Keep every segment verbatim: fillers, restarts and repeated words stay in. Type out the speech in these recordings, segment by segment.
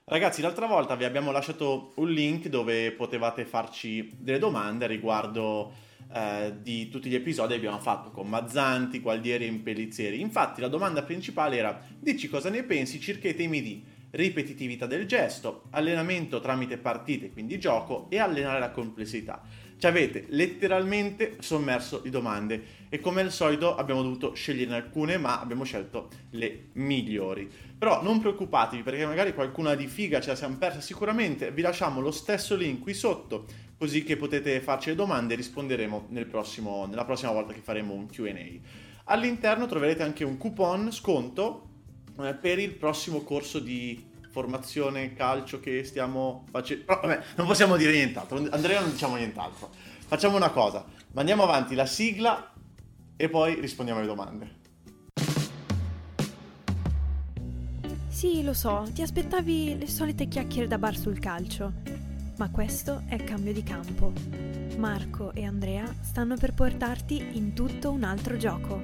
Ragazzi, l'altra volta vi abbiamo lasciato un link dove potevate farci delle domande riguardo eh, di tutti gli episodi che abbiamo fatto con Mazzanti, Gualdieri e Impellizieri. Infatti la domanda principale era: dici cosa ne pensi circa i temi di ripetitività del gesto, allenamento tramite partite, quindi gioco, e allenare la complessità. Ci avete letteralmente sommerso di domande e come al solito abbiamo dovuto sceglierne alcune, ma abbiamo scelto le migliori. Però non preoccupatevi, perché magari qualcuna di figa ce la siamo persa sicuramente. Vi lasciamo lo stesso link qui sotto, così che potete farci le domande e risponderemo nel prossimo, nella prossima volta che faremo un Q and A. All'interno troverete anche un coupon sconto eh, per il prossimo corso di formazione calcio che stiamo facendo. Però vabbè, non possiamo dire nient'altro. Andrea, non diciamo nient'altro. Facciamo una cosa: mandiamo avanti la sigla e poi rispondiamo alle domande. Sì, lo so, ti aspettavi le solite chiacchiere da bar sul calcio, ma questo è cambio di campo. Marco e Andrea stanno per portarti in tutto un altro gioco.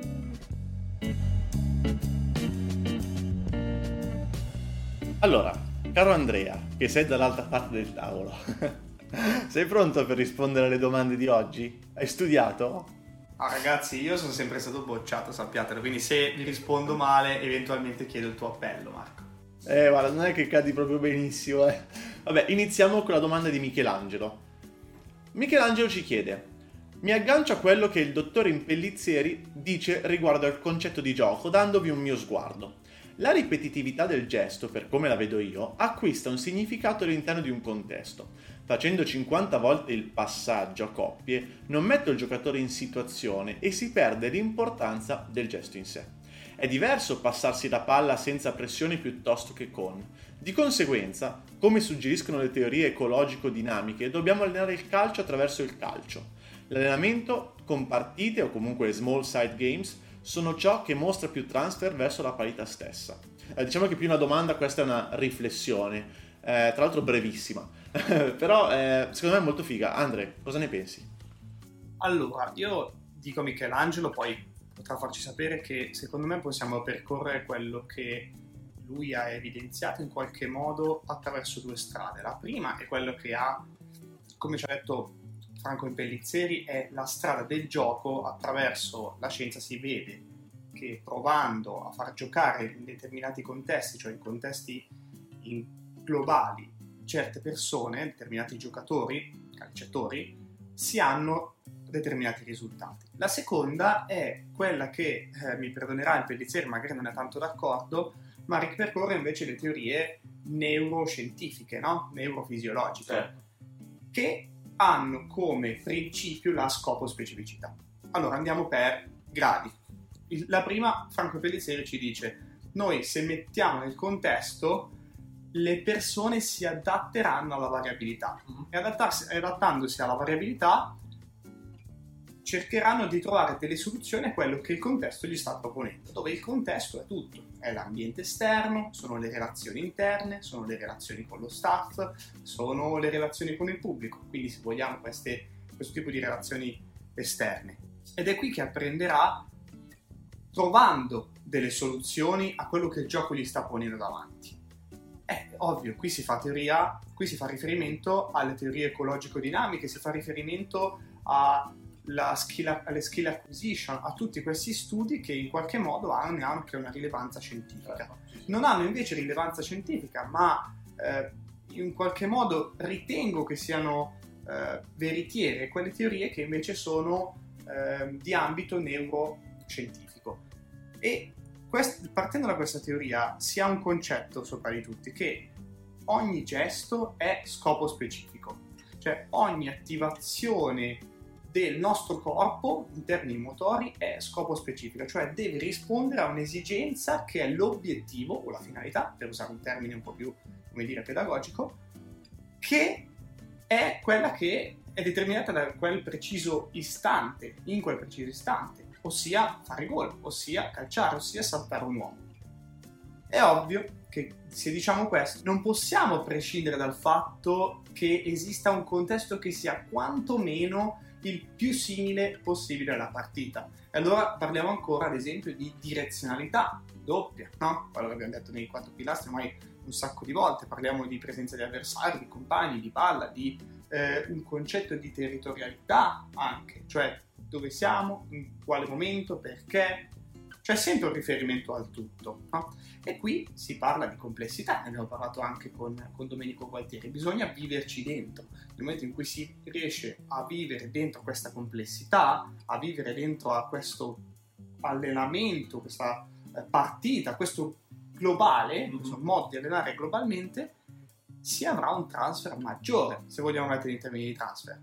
Allora, caro Andrea, che sei dall'altra parte del tavolo, sei pronto per rispondere alle domande di oggi? Hai studiato? Ah, ragazzi, io sono sempre stato bocciato, sappiatelo, quindi se vi rispondo male, eventualmente chiedo il tuo appello, Marco. Eh, guarda, non è che cadi proprio benissimo, eh. Vabbè, iniziamo con la domanda di Michelangelo. Michelangelo ci chiede: mi aggancio a quello che il dottor Impellizieri dice riguardo al concetto di gioco, dandovi un mio sguardo. La ripetitività del gesto, per come la vedo io, acquista un significato all'interno di un contesto. Facendo cinquanta volte il passaggio a coppie, non metto il giocatore in situazione e si perde l'importanza del gesto in sé. È diverso passarsi la palla senza pressioni piuttosto che con. Di conseguenza, come suggeriscono le teorie ecologico-dinamiche, dobbiamo allenare il calcio attraverso il calcio. L'allenamento con partite o comunque small side games sono ciò che mostra più transfer verso la parità stessa. Eh, diciamo che più una domanda, questa è una riflessione, eh, tra l'altro brevissima, però eh, secondo me è molto figa. Andre, cosa ne pensi? Allora, io dico a Michelangelo, poi potrà farci sapere che secondo me possiamo percorrere quello che lui ha evidenziato in qualche modo attraverso due strade. La prima è quello che ha, come ci ha detto Franco Impellizieri, è la strada del gioco. Attraverso la scienza si vede che provando a far giocare in determinati contesti, cioè in contesti in globali, certe persone, determinati giocatori, calciatori, si hanno determinati risultati. La seconda è quella che, eh, mi perdonerà il Pellizieri, magari non è tanto d'accordo, ma ripercorre invece le teorie neuroscientifiche, no? Neurofisiologiche, Certo. che hanno come principio la scopo-specificità. Allora andiamo per gradi. Il, la prima, Franco Pellizieri ci dice: noi se mettiamo nel contesto, le persone si adatteranno alla variabilità e adattarsi, adattandosi alla variabilità cercheranno di trovare delle soluzioni a quello che il contesto gli sta proponendo, dove il contesto è tutto, è l'ambiente esterno, sono le relazioni interne, sono le relazioni con lo staff, sono le relazioni con il pubblico, quindi se vogliamo queste, questo tipo di relazioni esterne. Ed è qui che apprenderà trovando delle soluzioni a quello che il gioco gli sta ponendo davanti. È ovvio, qui si fa teoria, qui si fa riferimento alle teorie ecologico-dinamiche, si fa riferimento a la skill, alle skill acquisition, a tutti questi studi che in qualche modo hanno anche una rilevanza scientifica. Non hanno invece rilevanza scientifica, ma eh, in qualche modo ritengo che siano eh, veritiere quelle teorie che invece sono eh, di ambito neuroscientifico. E quest- partendo da questa teoria si ha un concetto sopra di tutti, che ogni gesto è scopo specifico, cioè ogni attivazione del nostro corpo in termini motori è scopo specifico, cioè deve rispondere a un'esigenza che è l'obiettivo o la finalità, per usare un termine un po' più, come dire, pedagogico, che è quella che è determinata da quel preciso istante, in quel preciso istante, ossia fare gol, ossia calciare, ossia saltare un uomo. È ovvio che se diciamo questo non possiamo prescindere dal fatto che esista un contesto che sia quantomeno il più simile possibile alla partita. E allora parliamo ancora ad esempio di direzionalità doppia, no? Quello che abbiamo detto nei quattro pilastri, ormai un sacco di volte, parliamo di presenza di avversari, di compagni, di palla, di eh, un concetto di territorialità anche, cioè dove siamo, in quale momento, perché, c'è sempre un riferimento al tutto, no? E qui si parla di complessità, ne abbiamo parlato anche con, con Domenico Gualtieri, bisogna viverci dentro. Nel momento in cui si riesce a vivere dentro questa complessità, a vivere dentro a questo allenamento, questa partita, questo globale, mm-hmm. questo modo di allenare globalmente, si avrà un transfer maggiore, se vogliamo mettere in termini di transfer.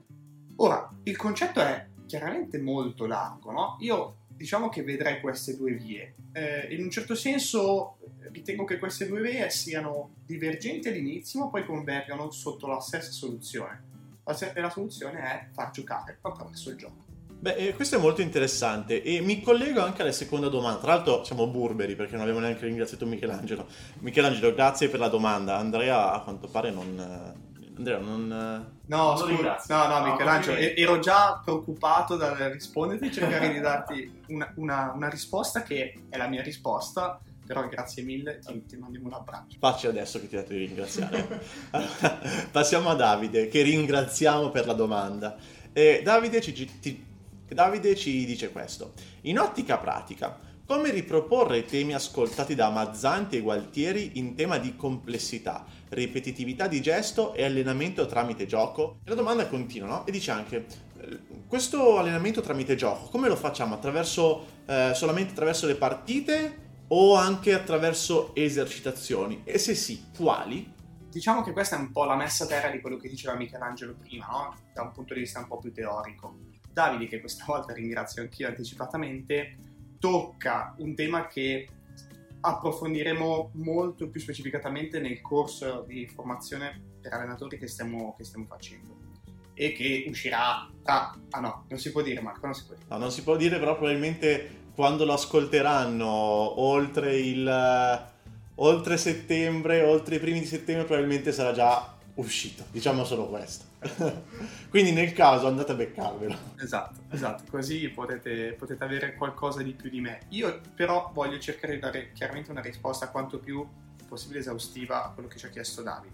Ora, il concetto è chiaramente molto largo, no? Io diciamo che vedrei queste due vie. Eh, in un certo senso ritengo che queste due vie siano divergenti all'inizio, ma poi convergano sotto la stessa soluzione. La, la soluzione è far giocare attraverso il gioco. Beh, eh, questo è molto interessante e mi collego anche alla seconda domanda. Tra l'altro siamo burberi perché non avevo neanche ringraziato Michelangelo. Michelangelo, grazie per la domanda. Andrea a quanto pare non... Andrea non... No, scusa, no, no, no, Michelangelo, no, ero già preoccupato dal risponderti e cercare di darti una, una, una risposta che è la mia risposta, però grazie mille, ti, ti mandiamo un abbraccio. Facci adesso che ti ho detto di ringraziare. Allora, passiamo a Davide, che ringraziamo per la domanda. E Davide ci, ti, Davide ci dice questo. In ottica pratica, come riproporre i temi ascoltati da Mazzanti e Gualtieri in tema di complessità, ripetitività di gesto e allenamento tramite gioco? E la domanda continua, no? E dice anche, questo allenamento tramite gioco, come lo facciamo? Attraverso eh, solamente attraverso le partite o anche attraverso esercitazioni? E se sì, quali? Diciamo che questa è un po' la messa a terra di quello che diceva Michelangelo prima, no? Da un punto di vista un po' più teorico. Davide, che questa volta ringrazio anch'io anticipatamente, tocca un tema che approfondiremo molto più specificatamente nel corso di formazione per allenatori che stiamo, che stiamo facendo e che uscirà tra... ah no, non si può dire, Marco, non si può dire. No, non si può dire, però probabilmente quando lo ascolteranno oltre il oltre settembre, oltre i primi di settembre, probabilmente sarà già uscito, diciamo solo questo. Quindi nel caso andate a beccarvelo. Esatto, esatto, così potete, potete avere qualcosa di più di me. Io però voglio cercare di dare chiaramente una risposta quanto più possibile esaustiva a quello che ci ha chiesto Davide.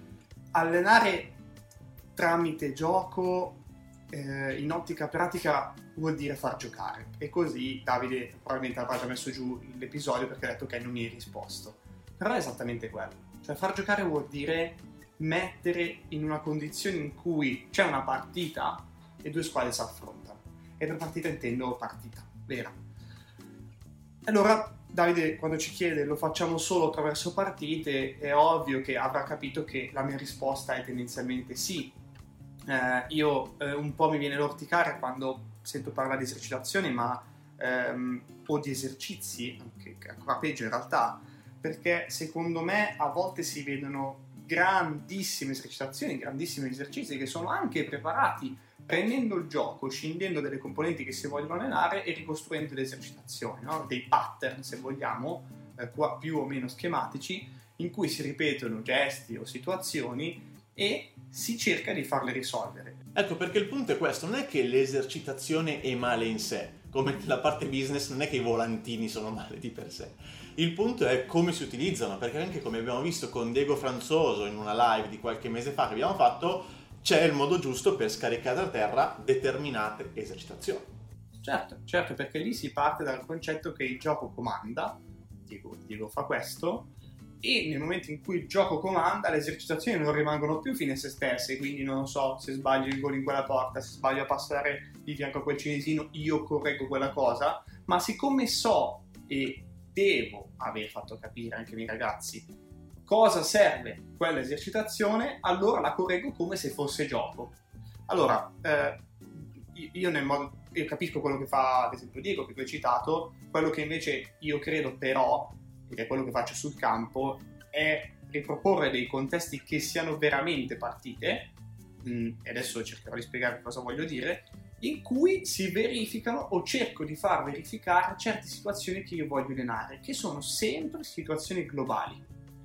Allenare tramite gioco eh, in ottica pratica vuol dire far giocare, e così Davide probabilmente avrà già messo giù l'episodio perché ha detto che non mi hai risposto, però è esattamente quello. Cioè far giocare vuol dire mettere in una condizione in cui c'è una partita e due squadre si affrontano, e per partita intendo partita vera. Allora Davide, quando ci chiede lo facciamo solo attraverso partite, è ovvio che avrà capito che la mia risposta è tendenzialmente sì. Eh, io eh, un po' mi viene l'orticare quando sento parlare di esercitazioni, ma ehm, o di esercizi, anche ancora peggio in realtà, perché secondo me a volte si vedono grandissime esercitazioni, grandissimi esercizi che sono anche preparati prendendo il gioco, scindendo delle componenti che si vogliono allenare e ricostruendo le esercitazioni, no? Dei pattern, se vogliamo, eh, qua più o meno schematici, in cui si ripetono gesti o situazioni e si cerca di farle risolvere. Ecco, perché il punto è questo, non è che l'esercitazione è male in sé, come la parte business non è che i volantini sono male di per sé. Il punto è come si utilizzano, perché anche come abbiamo visto con Diego Franzoso in una live di qualche mese fa che abbiamo fatto, c'è il modo giusto per scaricare a terra determinate esercitazioni. Certo, certo, perché lì si parte dal concetto che il gioco comanda, Diego, Diego fa questo, e nel momento in cui il gioco comanda le esercitazioni non rimangono più fine a se stesse, quindi non so, se sbaglio il gol in quella porta, se sbaglio a passare di fianco a quel cinesino, io correggo quella cosa, ma siccome so e devo aver fatto capire anche ai miei ragazzi cosa serve quella esercitazione, allora la correggo come se fosse gioco. Allora, eh, io nel modo, io capisco quello che fa ad esempio Diego, che tu hai citato, quello che invece io credo però, ed è quello che faccio sul campo, è riproporre dei contesti che siano veramente partite, mh, e adesso cercherò di spiegare cosa voglio dire, in cui si verificano o cerco di far verificare certe situazioni che io voglio allenare, che sono sempre situazioni globali.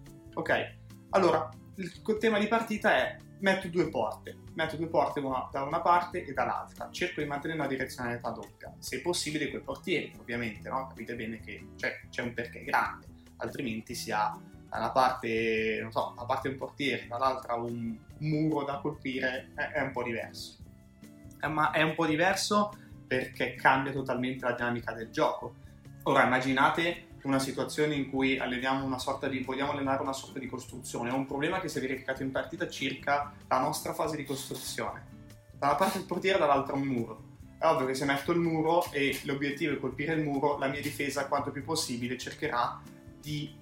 Ok? Allora, il tema di partita è metto due porte, metto due porte una, da una parte e dall'altra, cerco di mantenere una direzionalità doppia, se possibile coi portieri, ovviamente, no? Capite bene che c'è, c'è un perché grande, altrimenti si ha da una parte, non so, da una parte un portiere, dall'altra un muro da colpire, è, è un po' diverso. Eh, ma è un po' diverso perché cambia totalmente la dinamica del gioco. Ora immaginate una situazione in cui alleniamo una sorta di, vogliamo allenare una sorta di costruzione, è un problema che si è verificato in partita circa la nostra fase di costruzione. Da una parte il portiere, dall'altra un muro. È ovvio che se metto il muro e l'obiettivo è colpire il muro, la mia difesa quanto più possibile cercherà di,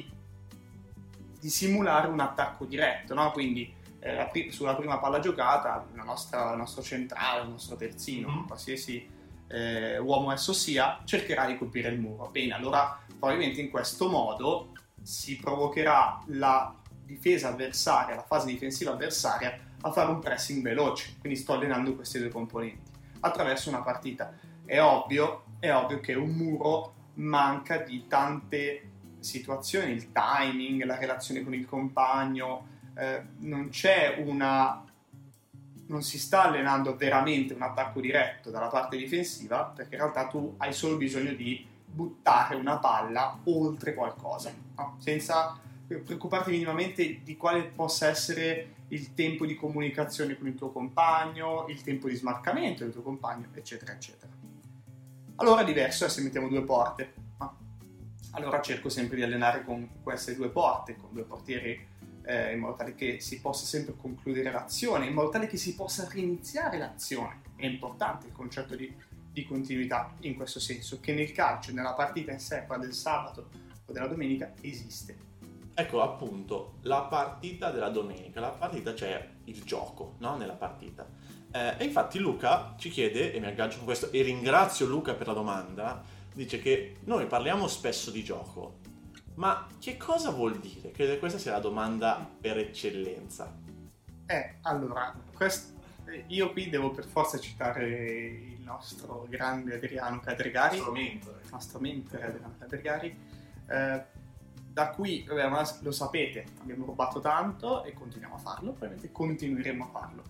di simulare un attacco diretto, no? Quindi eh, la pri- sulla prima palla giocata la nostra, il nostro centrale, il nostro terzino, mm-hmm. qualsiasi eh, uomo esso sia, cercherà di colpire il muro. Bene, allora probabilmente in questo modo si provocherà la difesa avversaria, la fase difensiva avversaria a fare un pressing veloce, quindi sto allenando questi due componenti attraverso una partita. È ovvio, è ovvio che un muro manca di tante situazioni, il timing, la relazione con il compagno, eh, non c'è una non si sta allenando veramente un attacco diretto dalla parte difensiva, perché in realtà tu hai solo bisogno di buttare una palla oltre qualcosa, no? Senza preoccuparti minimamente di quale possa essere il tempo di comunicazione con il tuo compagno, il tempo di smarcamento del tuo compagno, eccetera, eccetera. Allora diverso è se mettiamo due porte. No? Allora cerco sempre di allenare con queste due porte, con due portieri, eh, in modo tale che si possa sempre concludere l'azione, in modo tale che si possa riniziare l'azione. È importante il concetto di, di continuità in questo senso, che nel calcio, nella partita in sé, quella del sabato o della domenica, esiste. Ecco appunto, la partita della domenica, la partita c'è il gioco, no? Nella partita. Eh, e infatti Luca ci chiede, e mi aggancio con questo, e ringrazio Luca per la domanda, dice che noi parliamo spesso di gioco, ma che cosa vuol dire? Credo che questa sia la domanda per eccellenza. Eh, allora, quest... io qui devo per forza citare il nostro grande Adriano Cadregari, il nostro mentore Adriano Cadregari, eh, da cui, vabbè, lo sapete, abbiamo rubato tanto e continuiamo a farlo, probabilmente continueremo a farlo.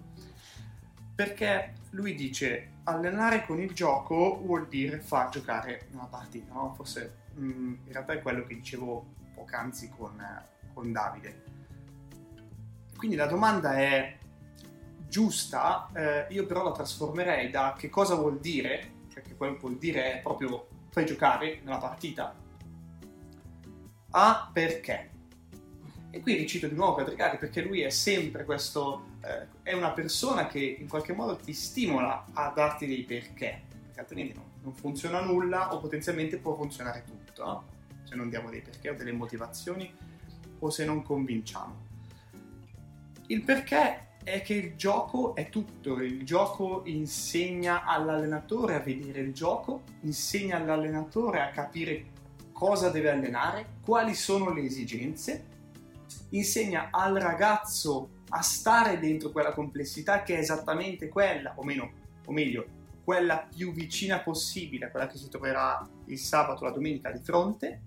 Perché lui dice, allenare con il gioco vuol dire far giocare una partita, no? Forse mh, in realtà è quello che dicevo poc'anzi con, con Davide. Quindi la domanda è giusta, eh, io però la trasformerei da che cosa vuol dire, perché quello che vuol dire è proprio fai giocare nella partita, a perché. E qui ricito di nuovo Cadregari, perché lui è sempre questo, eh, è una persona che in qualche modo ti stimola a darti dei perché, perché altrimenti no, non funziona nulla o potenzialmente può funzionare tutto, no? Se non diamo dei perché o delle motivazioni o se non convinciamo. Il perché è che il gioco è tutto, il gioco insegna all'allenatore a vedere il gioco, insegna all'allenatore a capire cosa deve allenare, quali sono le esigenze, insegna al ragazzo a stare dentro quella complessità che è esattamente quella, o meno, o meglio, quella più vicina possibile a quella che si troverà il sabato o la domenica di fronte.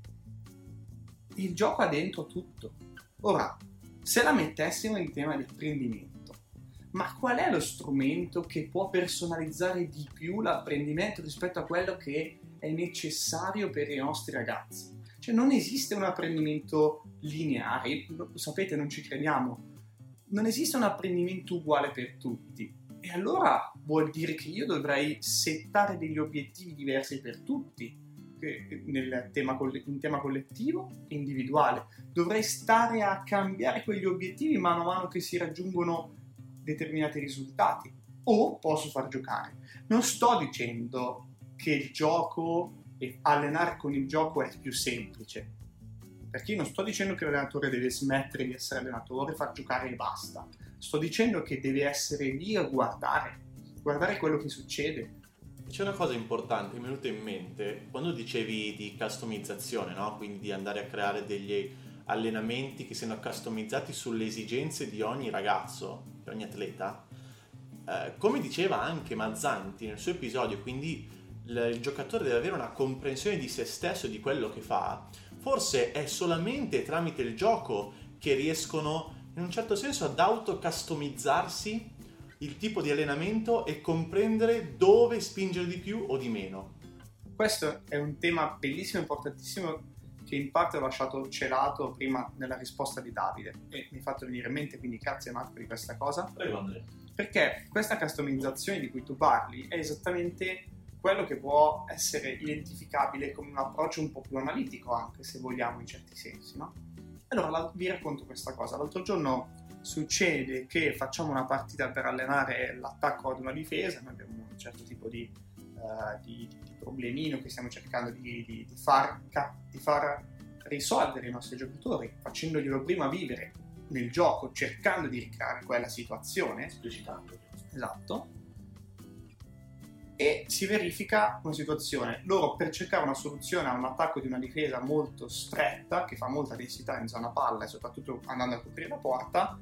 Il gioco ha dentro tutto. Ora, se la mettessimo in tema di apprendimento, ma qual è lo strumento che può personalizzare di più l'apprendimento rispetto a quello che è necessario per i nostri ragazzi? Cioè non esiste un apprendimento lineare, lo sapete, non ci crediamo, non esiste un apprendimento uguale per tutti, e allora vuol dire che io dovrei settare degli obiettivi diversi per tutti, nel tema, in tema collettivo e individuale. Dovrei stare a cambiare quegli obiettivi mano a mano che si raggiungono determinati risultati, o posso far giocare. Non sto dicendo che il gioco e allenare con il gioco è più semplice, perché io non sto dicendo che l'allenatore deve smettere di essere allenatore, far giocare e basta. Sto dicendo che deve essere lì a guardare guardare quello che succede. C'è una cosa importante, mi è venuta in mente quando dicevi di customizzazione, no? Quindi di andare a creare degli allenamenti che siano customizzati sulle esigenze di ogni ragazzo, di ogni atleta. Eh, come diceva anche Mazzanti nel suo episodio, quindi il, il giocatore deve avere una comprensione di se stesso e di quello che fa. Forse è solamente tramite il gioco che riescono in un certo senso ad auto-customizzarsi il tipo di allenamento e comprendere dove spingere di più o di meno. Questo è un tema bellissimo e importantissimo che in parte ho lasciato celato prima nella risposta di Davide e mi ha fatto venire in mente, quindi grazie Marco di questa cosa. Prego Andrea. Perché questa customizzazione di cui tu parli è esattamente quello che può essere identificabile come un approccio un po' più analitico, anche se vogliamo in certi sensi, no? Allora la, vi racconto questa cosa. L'altro giorno succede che facciamo una partita per allenare l'attacco ad una difesa, noi abbiamo un certo tipo di, uh, di, di problemino che stiamo cercando di, di, di, far, di far risolvere i nostri giocatori, facendoglielo prima vivere nel gioco, cercando di ricreare quella situazione. Esplicitando. Esatto. E si verifica una situazione, loro per cercare una soluzione a un attacco di una difesa molto stretta, che fa molta densità in zona palla e soprattutto andando a coprire la porta,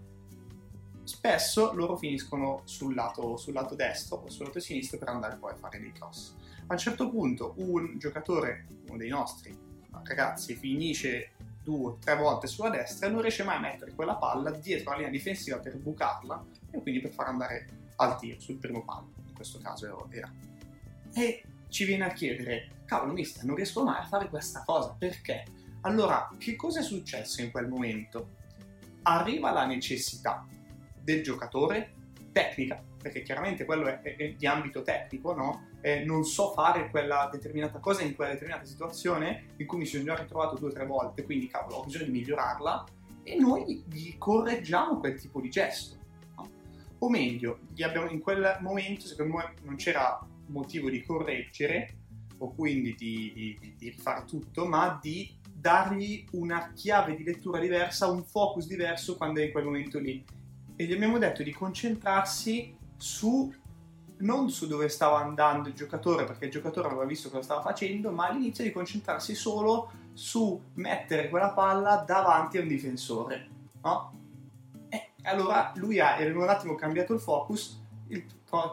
spesso loro finiscono sul lato, sul lato destro o sul lato sinistro per andare poi a fare dei cross. A un certo punto un giocatore, uno dei nostri ragazzi, finisce due o tre volte sulla destra e non riesce mai a mettere quella palla dietro la linea difensiva per bucarla e quindi per far andare al tiro sul primo palo, in questo caso era. E ci viene a chiedere, cavolo mister, non riesco mai a fare questa cosa, perché? Allora, che cosa è successo in quel momento? Arriva la necessità del giocatore, tecnica, perché chiaramente quello è, è, è di ambito tecnico, no? Eh, non so fare quella determinata cosa in quella determinata situazione in cui mi sono già ritrovato due o tre volte, quindi cavolo, ho bisogno di migliorarla e noi gli correggiamo quel tipo di gesto, no? O meglio, gli abbiamo, in quel momento secondo me non c'era motivo di correggere o quindi di, di, di rifare tutto, ma di dargli una chiave di lettura diversa, un focus diverso quando è in quel momento lì. E gli abbiamo detto di concentrarsi su, non su dove stava andando il giocatore, perché il giocatore aveva visto cosa stava facendo, ma all'inizio di concentrarsi solo su mettere quella palla davanti a un difensore, no? E allora lui ha in un attimo cambiato il focus, il,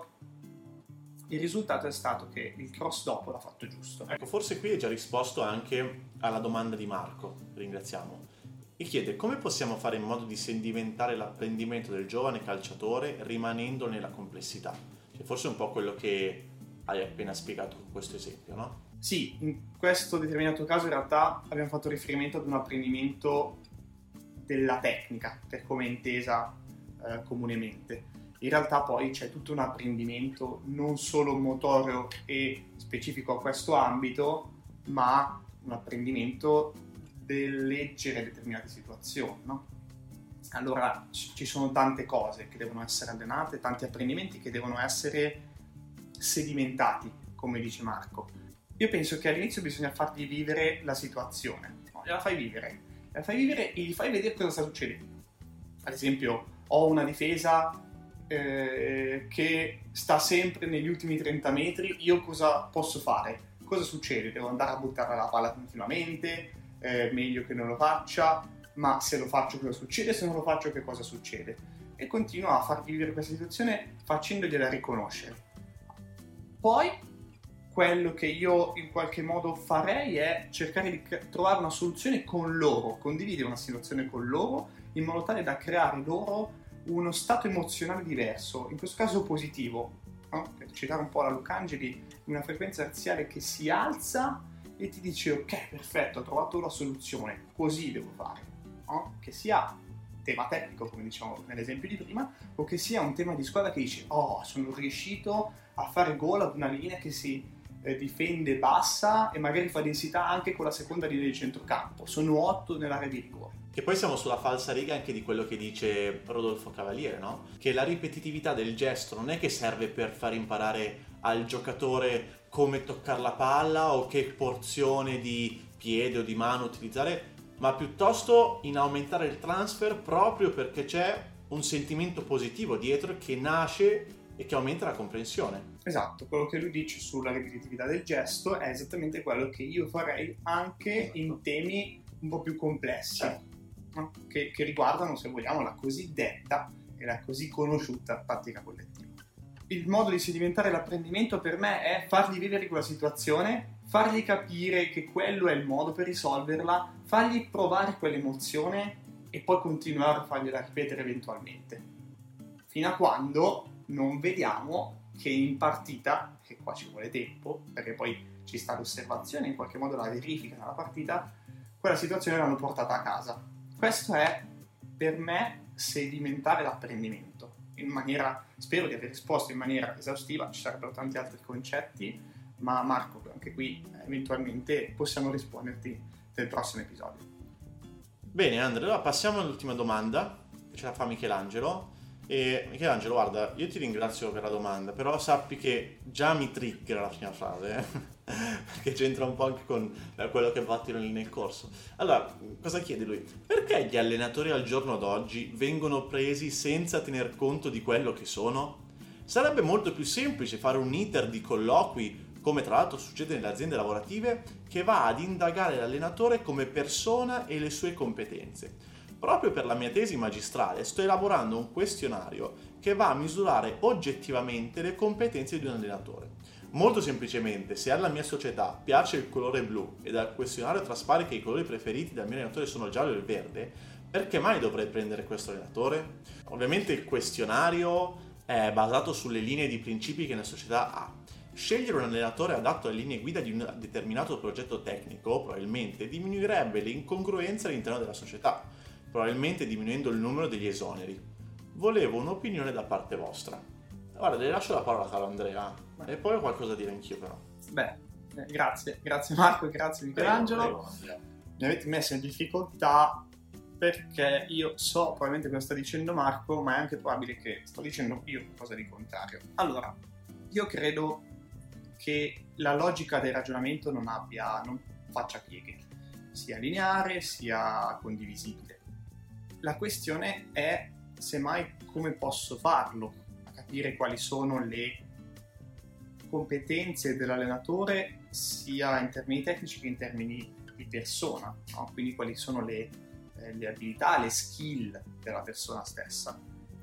il risultato è stato che il cross dopo l'ha fatto giusto. Ecco, forse qui hai già risposto anche alla domanda di Marco, ringraziamo. E chiede come possiamo fare in modo di sedimentare l'apprendimento del giovane calciatore rimanendo nella complessità, che forse è un po' quello che hai appena spiegato con questo esempio, no? Sì, in questo determinato caso in realtà abbiamo fatto riferimento ad un apprendimento della tecnica, per come è intesa eh, comunemente. In realtà poi c'è tutto un apprendimento non solo motorio e specifico a questo ambito, ma un apprendimento del leggere determinate situazioni, no? Allora ci sono tante cose che devono essere allenate, tanti apprendimenti che devono essere sedimentati, come dice Marco. Io penso che all'inizio bisogna fargli vivere la situazione, no? Gliela fai vivere, la fai vivere e gli fai vedere cosa sta succedendo. Ad esempio, ho una difesa eh, che sta sempre negli ultimi trenta metri, io cosa posso fare? Cosa succede? Devo andare a buttare la palla continuamente? È meglio che non lo faccia, ma se lo faccio cosa succede, se non lo faccio che cosa succede, e continuo a fargli vivere questa situazione facendogliela riconoscere. Poi quello che io in qualche modo farei è cercare di trovare una soluzione con loro, condividere una situazione con loro in modo tale da creare loro uno stato emozionale diverso, in questo caso positivo, no? Per citare un po' la Lucangeli, una frequenza razziale che si alza e ti dice ok, perfetto, ho trovato la soluzione, così devo fare, no? Che sia tema tecnico come diciamo nell'esempio di prima, o che sia un tema di squadra che dice oh, sono riuscito a fare gol ad una linea che si eh, difende bassa e magari fa densità anche con la seconda linea di centrocampo, sono otto nell'area di rigore. Che poi siamo sulla falsa riga anche di quello che dice Rodolfo Cavaliere, no? Che la ripetitività del gesto non è che serve per far imparare al giocatore come toccare la palla o che porzione di piede o di mano utilizzare, ma piuttosto in aumentare il transfer proprio perché c'è un sentimento positivo dietro che nasce e che aumenta la comprensione. Esatto, quello che lui dice sulla ripetitività del gesto è esattamente quello che io farei anche in temi un po' più complessi, no? che, che riguardano, se vogliamo, la cosiddetta e la così conosciuta pratica collettiva. Il modo di sedimentare l'apprendimento per me è fargli vivere quella situazione, fargli capire che quello è il modo per risolverla, fargli provare quell'emozione e poi continuare a fargliela ripetere eventualmente, fino a quando non vediamo che in partita, che qua ci vuole tempo, perché poi ci sta l'osservazione, in qualche modo la verifica nella partita, quella situazione l'hanno portata a casa. Questo è per me sedimentare l'apprendimento in maniera, spero di aver risposto in maniera esaustiva, ci sarebbero tanti altri concetti, ma Marco, anche qui eventualmente possiamo risponderti nel prossimo episodio. Bene Andrea, allora passiamo all'ultima domanda che ce la fa Michelangelo. E Michelangelo, guarda, io ti ringrazio per la domanda, però sappi che già mi trigger la prima frase, eh? Perché c'entra un po' anche con quello che fatti nel corso. Allora, cosa chiede lui? Perché gli allenatori al giorno d'oggi vengono presi senza tener conto di quello che sono? Sarebbe molto più semplice fare un iter di colloqui, come tra l'altro succede nelle aziende lavorative, che va ad indagare l'allenatore come persona e le sue competenze. Proprio per la mia tesi magistrale sto elaborando un questionario che va a misurare oggettivamente le competenze di un allenatore. Molto semplicemente, se alla mia società piace il colore blu e dal questionario traspare che i colori preferiti dal mio allenatore sono il giallo e il verde, perché mai dovrei prendere questo allenatore? Ovviamente il questionario è basato sulle linee di principi che la società ha. Scegliere un allenatore adatto alle linee guida di un determinato progetto tecnico probabilmente diminuirebbe le incongruenze all'interno della società, probabilmente diminuendo il numero degli esoneri. Volevo un'opinione da parte vostra. Guarda, le lascio la parola, caro Andrea, e poi ho qualcosa da dire anch'io però. Beh, eh, grazie, grazie Marco e grazie Michelangelo. Prego, prego, Mi avete messo in difficoltà perché io so probabilmente cosa sta dicendo Marco, ma è anche probabile che sto dicendo io qualcosa di contrario. Allora, io credo che la logica del ragionamento non abbia, non faccia pieghe, sia lineare sia condivisibile. La questione è semmai come posso farlo, a capire quali sono le competenze dell'allenatore sia in termini tecnici che in termini di persona, no? Quindi quali sono le, eh, le abilità, le skill della persona stessa.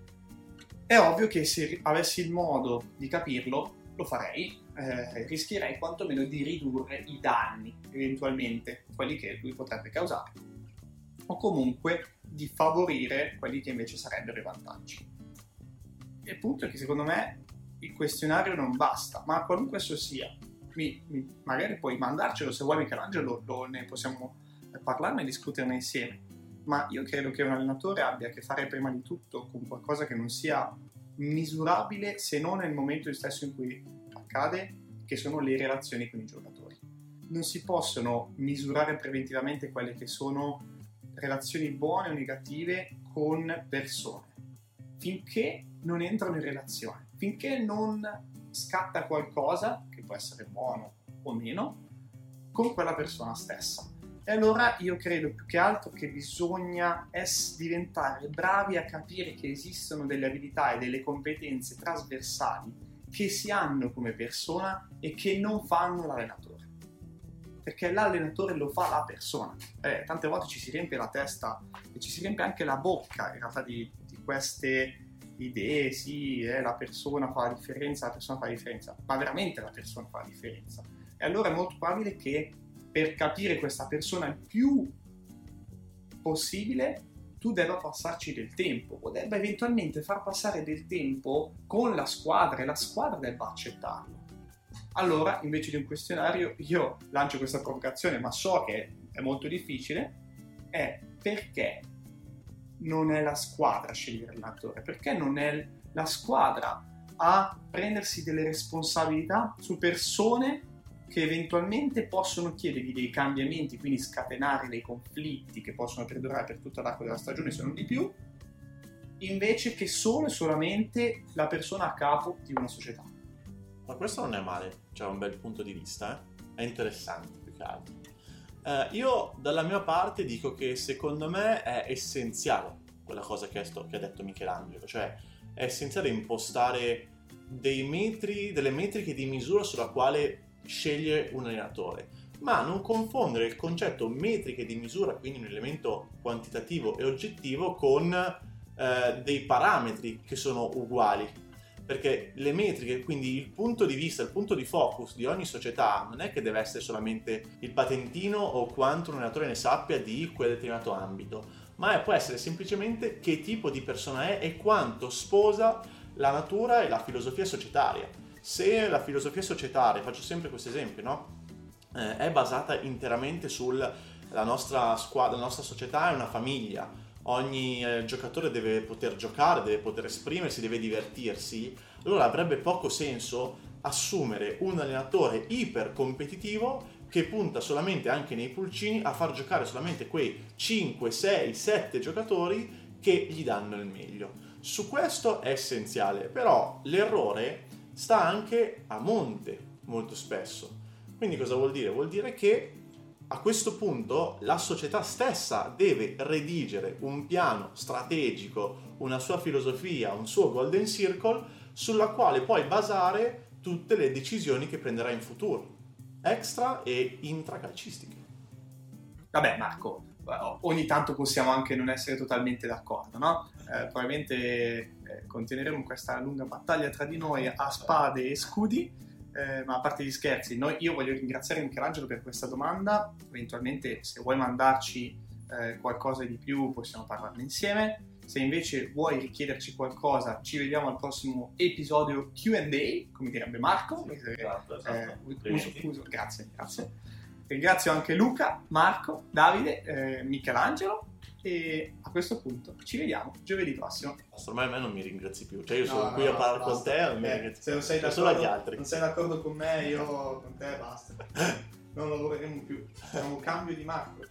È ovvio che se avessi il modo di capirlo lo farei, eh, rischierei quantomeno di ridurre i danni eventualmente, quelli che lui potrebbe causare, o comunque di favorire quelli che invece sarebbero i vantaggi. Il punto è che secondo me il questionario non basta, ma qualunque esso sia, mi, mi, magari puoi mandarcelo se vuoi Michelangelo, lo, ne possiamo parlarne e discuterne insieme, ma io credo che un allenatore abbia a che fare prima di tutto con qualcosa che non sia misurabile se non nel momento stesso in cui accade, che sono le relazioni con i giocatori. Non si possono misurare preventivamente quelle che sono relazioni buone o negative con persone finché non entrano in relazione, finché non scatta qualcosa che può essere buono o meno con quella persona stessa. E allora io credo più che altro che bisogna es- diventare bravi a capire che esistono delle abilità e delle competenze trasversali che si hanno come persona e che non fanno l'allenatore. Perché l'allenatore lo fa la persona. Eh, tante volte ci si riempie la testa e ci si riempie anche la bocca in realtà di, di queste idee, sì, eh, la persona fa la differenza, la persona fa la differenza, ma veramente la persona fa la differenza. E allora è molto probabile che per capire questa persona il più possibile tu debba passarci del tempo o debba eventualmente far passare del tempo con la squadra e la squadra debba accettarlo. Allora, invece di un questionario, io lancio questa provocazione, ma so che è molto difficile, è perché non è la squadra a scegliere l'allenatore? Perché non è la squadra a prendersi delle responsabilità su persone che eventualmente possono chiedergli dei cambiamenti, quindi scatenare dei conflitti che possono perdurare per tutta l'arco della stagione, se non di più, invece che solo e solamente la persona a capo di una società. Ma questo non è male, c'è un bel punto di vista, eh? È interessante più che altro. Eh, io dalla mia parte dico che secondo me è essenziale quella cosa che, sto, che ha detto Michelangelo, cioè è essenziale impostare dei metri, delle metriche di misura sulla quale sceglie un allenatore, ma non confondere il concetto metriche di misura, quindi un elemento quantitativo e oggettivo, con eh, dei parametri che sono uguali. Perché le metriche, quindi il punto di vista, il punto di focus di ogni società non è che deve essere solamente il patentino o quanto un allenatore ne sappia di quel determinato ambito, ma può essere semplicemente che tipo di persona è e quanto sposa la natura e la filosofia societaria. Se la filosofia societaria, faccio sempre questo esempio, no? Eh, è basata interamente sul la nostra squadra, la nostra società è una famiglia, ogni eh, giocatore deve poter giocare, deve poter esprimersi, deve divertirsi, allora avrebbe poco senso assumere un allenatore iper competitivo che punta solamente, anche nei pulcini, a far giocare solamente quei cinque, sei, sette giocatori che gli danno il meglio. Su questo è essenziale, però l'errore sta anche a monte molto spesso. Quindi cosa vuol dire? Vuol dire che a questo punto la società stessa deve redigere un piano strategico, una sua filosofia, un suo golden circle sulla quale poi basare tutte le decisioni che prenderà in futuro, extra e intracalcistiche. Vabbè Marco, ogni tanto possiamo anche non essere totalmente d'accordo, no? Eh, probabilmente eh, continueremo questa lunga battaglia tra di noi a spade e scudi. Eh, ma a parte gli scherzi, noi, io voglio ringraziare Michelangelo per questa domanda. Eventualmente, se vuoi mandarci eh, qualcosa di più, possiamo parlarne insieme. Se invece vuoi richiederci qualcosa, ci vediamo al prossimo episodio Q and A, come direbbe Marco. Sì, esatto, esatto. Eh, uso, uso, grazie, grazie. Ringrazio anche Luca, Marco, Davide, eh, Michelangelo. E a questo punto ci vediamo giovedì prossimo. Ormai a me non mi ringrazi più, cioè io sono no, qui no, a parlare con te, non mi eh, ringrazi se non sei più, solo agli d'accordo, altri. non sei d'accordo con me, io con te basta. Non lavoreremo più. Facciamo un cambio di Marco.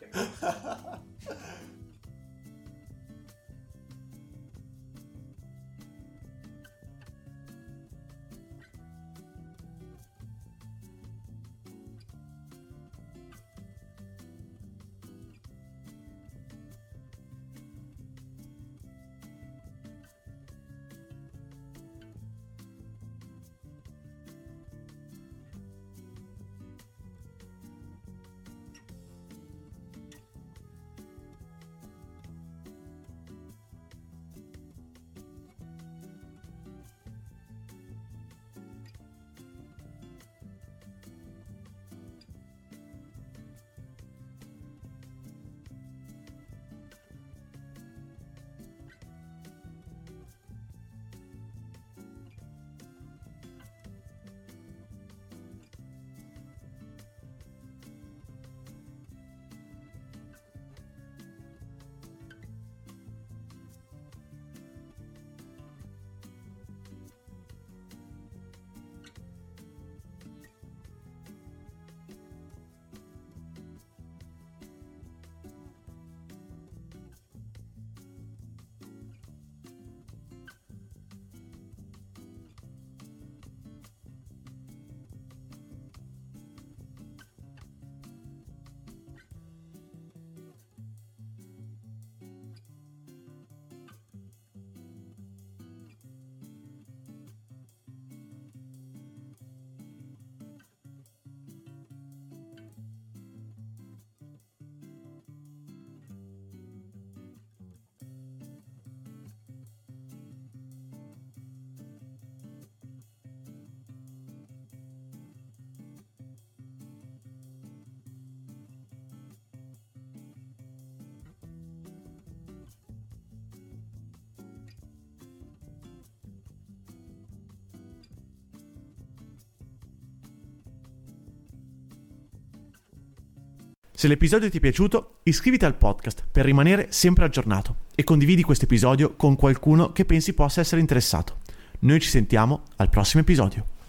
Se l'episodio ti è piaciuto, iscriviti al podcast per rimanere sempre aggiornato e condividi questo episodio con qualcuno che pensi possa essere interessato. Noi ci sentiamo al prossimo episodio.